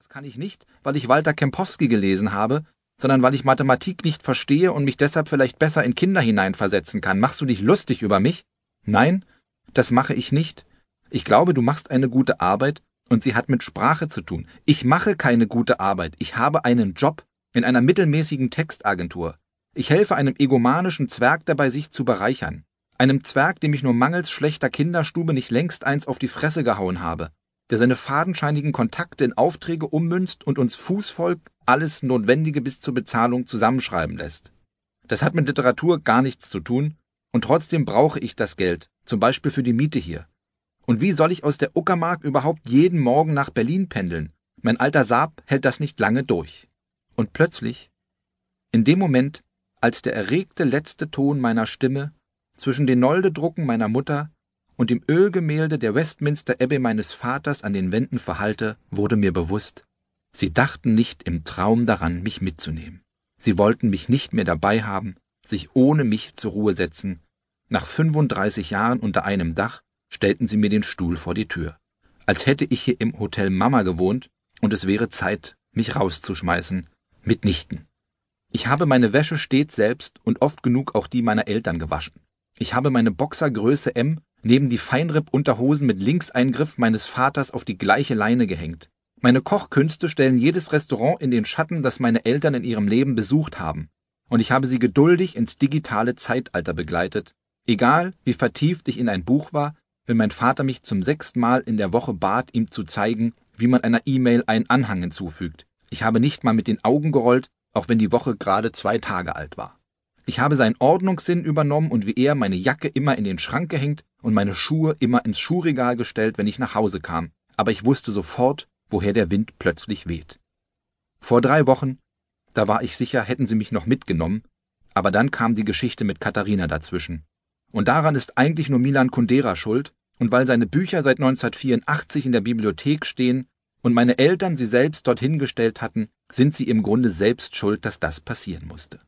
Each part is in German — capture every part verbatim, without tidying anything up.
Das kann ich nicht, weil ich Walter Kempowski gelesen habe, sondern weil ich Mathematik nicht verstehe und mich deshalb vielleicht besser in Kinder hineinversetzen kann. Machst du dich lustig über mich? Nein, das mache ich nicht. Ich glaube, du machst eine gute Arbeit und sie hat mit Sprache zu tun. Ich mache keine gute Arbeit. Ich habe einen Job in einer mittelmäßigen Textagentur. Ich helfe einem egomanischen Zwerg dabei, sich zu bereichern. Einem Zwerg, dem ich nur mangels schlechter Kinderstube nicht längst eins auf die Fresse gehauen habe, der seine fadenscheinigen Kontakte in Aufträge ummünzt und uns Fußvolk alles Notwendige bis zur Bezahlung zusammenschreiben lässt. Das hat mit Literatur gar nichts zu tun, und trotzdem brauche ich das Geld, zum Beispiel für die Miete hier. Und wie soll ich aus der Uckermark überhaupt jeden Morgen nach Berlin pendeln? Mein alter Saab hält das nicht lange durch. Und plötzlich, in dem Moment, als der erregte letzte Ton meiner Stimme zwischen den Noldedrucken meiner Mutter und dem Ölgemälde der Westminster Abbey meines Vaters an den Wänden verhallte, wurde mir bewusst, sie dachten nicht im Traum daran, mich mitzunehmen. Sie wollten mich nicht mehr dabei haben, sich ohne mich zur Ruhe setzen. Nach fünfunddreißig Jahren unter einem Dach stellten sie mir den Stuhl vor die Tür. Als hätte ich hier im Hotel Mama gewohnt und es wäre Zeit, mich rauszuschmeißen. Mitnichten. Ich habe meine Wäsche stets selbst und oft genug auch die meiner Eltern gewaschen. Ich habe meine Boxergröße M neben die Feinripp-Unterhosen mit Linkseingriff meines Vaters auf die gleiche Leine gehängt. Meine Kochkünste stellen jedes Restaurant in den Schatten, das meine Eltern in ihrem Leben besucht haben. Und ich habe sie geduldig ins digitale Zeitalter begleitet. Egal, wie vertieft ich in ein Buch war, wenn mein Vater mich zum sechsten Mal in der Woche bat, ihm zu zeigen, wie man einer E-Mail einen Anhang hinzufügt. Ich habe nicht mal mit den Augen gerollt, auch wenn die Woche gerade zwei Tage alt war. Ich habe seinen Ordnungssinn übernommen und wie er meine Jacke immer in den Schrank gehängt und meine Schuhe immer ins Schuhregal gestellt, wenn ich nach Hause kam. Aber ich wusste sofort, woher der Wind plötzlich weht. Vor drei Wochen, da war ich sicher, hätten sie mich noch mitgenommen, aber dann kam die Geschichte mit Katharina dazwischen. Und daran ist eigentlich nur Milan Kundera schuld, und weil seine Bücher seit neunzehnhundertvierundachtzig in der Bibliothek stehen und meine Eltern sie selbst dorthin gestellt hatten, sind sie im Grunde selbst schuld, dass das passieren musste.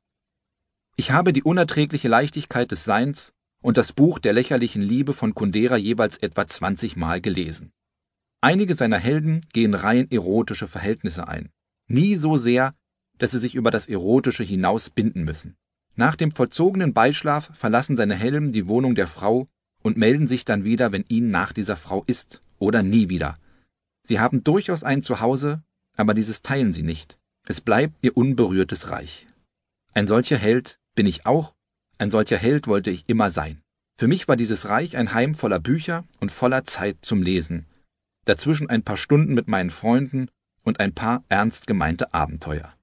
Ich habe die unerträgliche Leichtigkeit des Seins und das Buch der lächerlichen Liebe von Kundera jeweils etwa zwanzig Mal gelesen. Einige seiner Helden gehen rein erotische Verhältnisse ein. Nie so sehr, dass sie sich über das Erotische hinaus binden müssen. Nach dem vollzogenen Beischlaf verlassen seine Helden die Wohnung der Frau und melden sich dann wieder, wenn ihnen nach dieser Frau ist, oder nie wieder. Sie haben durchaus ein Zuhause, aber dieses teilen sie nicht. Es bleibt ihr unberührtes Reich. Ein solcher Held bin ich auch, ein solcher Held wollte ich immer sein. Für mich war dieses Reich ein Heim voller Bücher und voller Zeit zum Lesen. Dazwischen ein paar Stunden mit meinen Freunden und ein paar ernst gemeinte Abenteuer.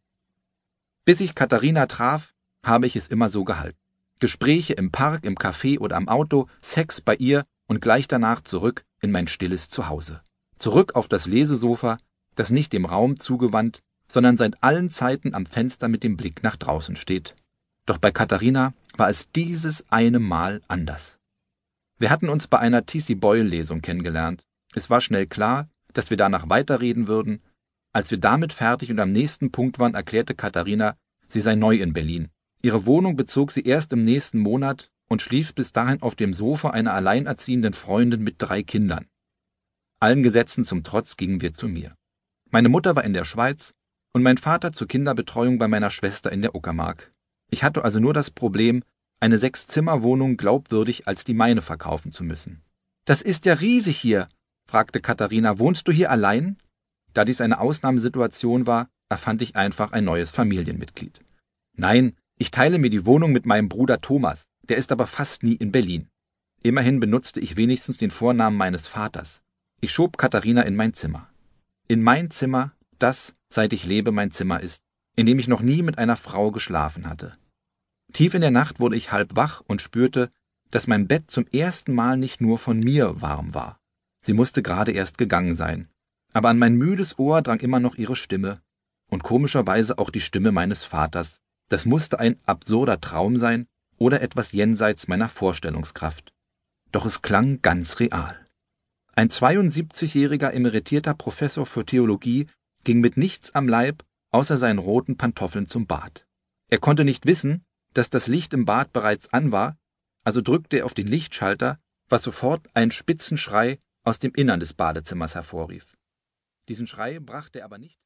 Bis ich Katharina traf, habe ich es immer so gehalten. Gespräche im Park, im Café oder am Auto, Sex bei ihr und gleich danach zurück in mein stilles Zuhause. Zurück auf das Lesesofa, das nicht dem Raum zugewandt, sondern seit allen Zeiten am Fenster mit dem Blick nach draußen steht. Doch bei Katharina war es dieses eine Mal anders. Wir hatten uns bei einer T C Boyle-Lesung kennengelernt. Es war schnell klar, dass wir danach weiterreden würden. Als wir damit fertig und am nächsten Punkt waren, erklärte Katharina, sie sei neu in Berlin. Ihre Wohnung bezog sie erst im nächsten Monat und schlief bis dahin auf dem Sofa einer alleinerziehenden Freundin mit drei Kindern. Allen Gesetzen zum Trotz gingen wir zu mir. Meine Mutter war in der Schweiz und mein Vater zur Kinderbetreuung bei meiner Schwester in der Uckermark. Ich hatte also nur das Problem, eine Sechs-Zimmer-Wohnung glaubwürdig als die meine verkaufen zu müssen. »Das ist ja riesig hier«, fragte Katharina. »Wohnst du hier allein?« Da dies eine Ausnahmesituation war, erfand ich einfach ein neues Familienmitglied. »Nein, ich teile mir die Wohnung mit meinem Bruder Thomas, der ist aber fast nie in Berlin.« Immerhin benutzte ich wenigstens den Vornamen meines Vaters. Ich schob Katharina in mein Zimmer. In mein Zimmer, das, seit ich lebe, mein Zimmer ist, in dem ich noch nie mit einer Frau geschlafen hatte. Tief in der Nacht wurde ich halb wach und spürte, dass mein Bett zum ersten Mal nicht nur von mir warm war. Sie musste gerade erst gegangen sein, aber an mein müdes Ohr drang immer noch ihre Stimme und komischerweise auch die Stimme meines Vaters. Das musste ein absurder Traum sein oder etwas jenseits meiner Vorstellungskraft. Doch es klang ganz real. Ein zweiundsiebzigjähriger emeritierter Professor für Theologie ging mit nichts am Leib außer seinen roten Pantoffeln zum Bad. Er konnte nicht wissen, dass das Licht im Bad bereits an war, also drückte er auf den Lichtschalter, was sofort einen spitzen Schrei aus dem Innern des Badezimmers hervorrief. Diesen Schrei brachte er aber nicht